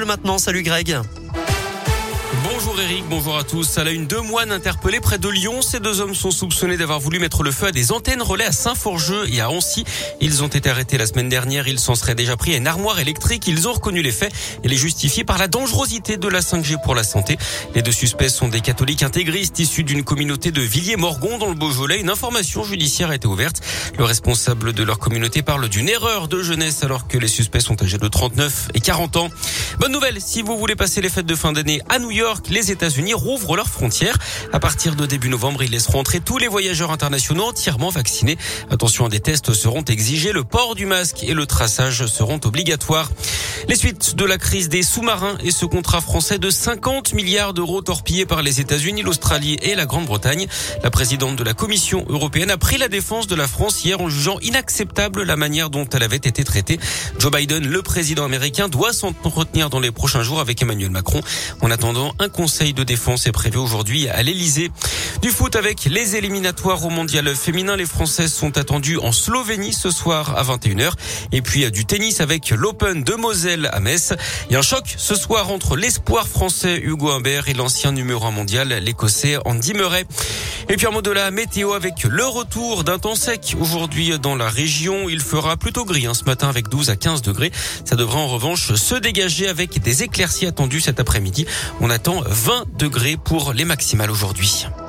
Bleu maintenant. Salut Greg. Bonjour Eric, bonjour à tous. À la une, 2 moines interpellés près de Lyon. Ces 2 hommes sont soupçonnés d'avoir voulu mettre le feu à des antennes relais à Saint-Forgeux et à Ancy. Ils ont été arrêtés la semaine dernière. Ils s'en seraient déjà pris à une armoire électrique. Ils ont reconnu les faits et les justifiés par la dangerosité de la 5G pour la santé. Les 2 suspects sont des catholiques intégristes issus d'une communauté de Villiers-Morgon dans le Beaujolais. Une information judiciaire a été ouverte. Le responsable de leur communauté parle d'une erreur de jeunesse alors que les suspects sont âgés de 39 et 40 ans. Bonne nouvelle, si vous voulez passer les fêtes de fin d'année à New York, les États-Unis rouvrent leurs frontières. À partir de début novembre, ils laisseront entrer tous les voyageurs internationaux entièrement vaccinés. Attention, des tests seront exigés, le port du masque et le traçage seront obligatoires. Les suites de la crise des sous-marins et ce contrat français de 50 milliards d'euros torpillé par les États-Unis, l'Australie et la Grande-Bretagne. La présidente de la Commission européenne a pris la défense de la France hier en jugeant inacceptable la manière dont elle avait été traitée. Joe Biden, le président américain, doit s'entretenir dans les prochains jours avec Emmanuel Macron. En attendant, un conseil de défense est prévu aujourd'hui à l'Elysée. Du foot avec les éliminatoires au mondial féminin. Les Françaises sont attendues en Slovénie ce soir à 21h. Et puis du tennis avec l'Open de Moselle à Metz. Il y a un choc ce soir entre l'espoir français Hugo Humbert et l'ancien numéro 1 mondial, l'Écossais Andy Murray. Et puis un mot de la météo avec le retour d'un temps sec aujourd'hui dans la région. Il fera plutôt gris ce matin avec 12 à 15 degrés. Ça devrait en revanche se dégager avec des éclaircies attendues cet après-midi. On attend 20 degrés pour les maximales aujourd'hui.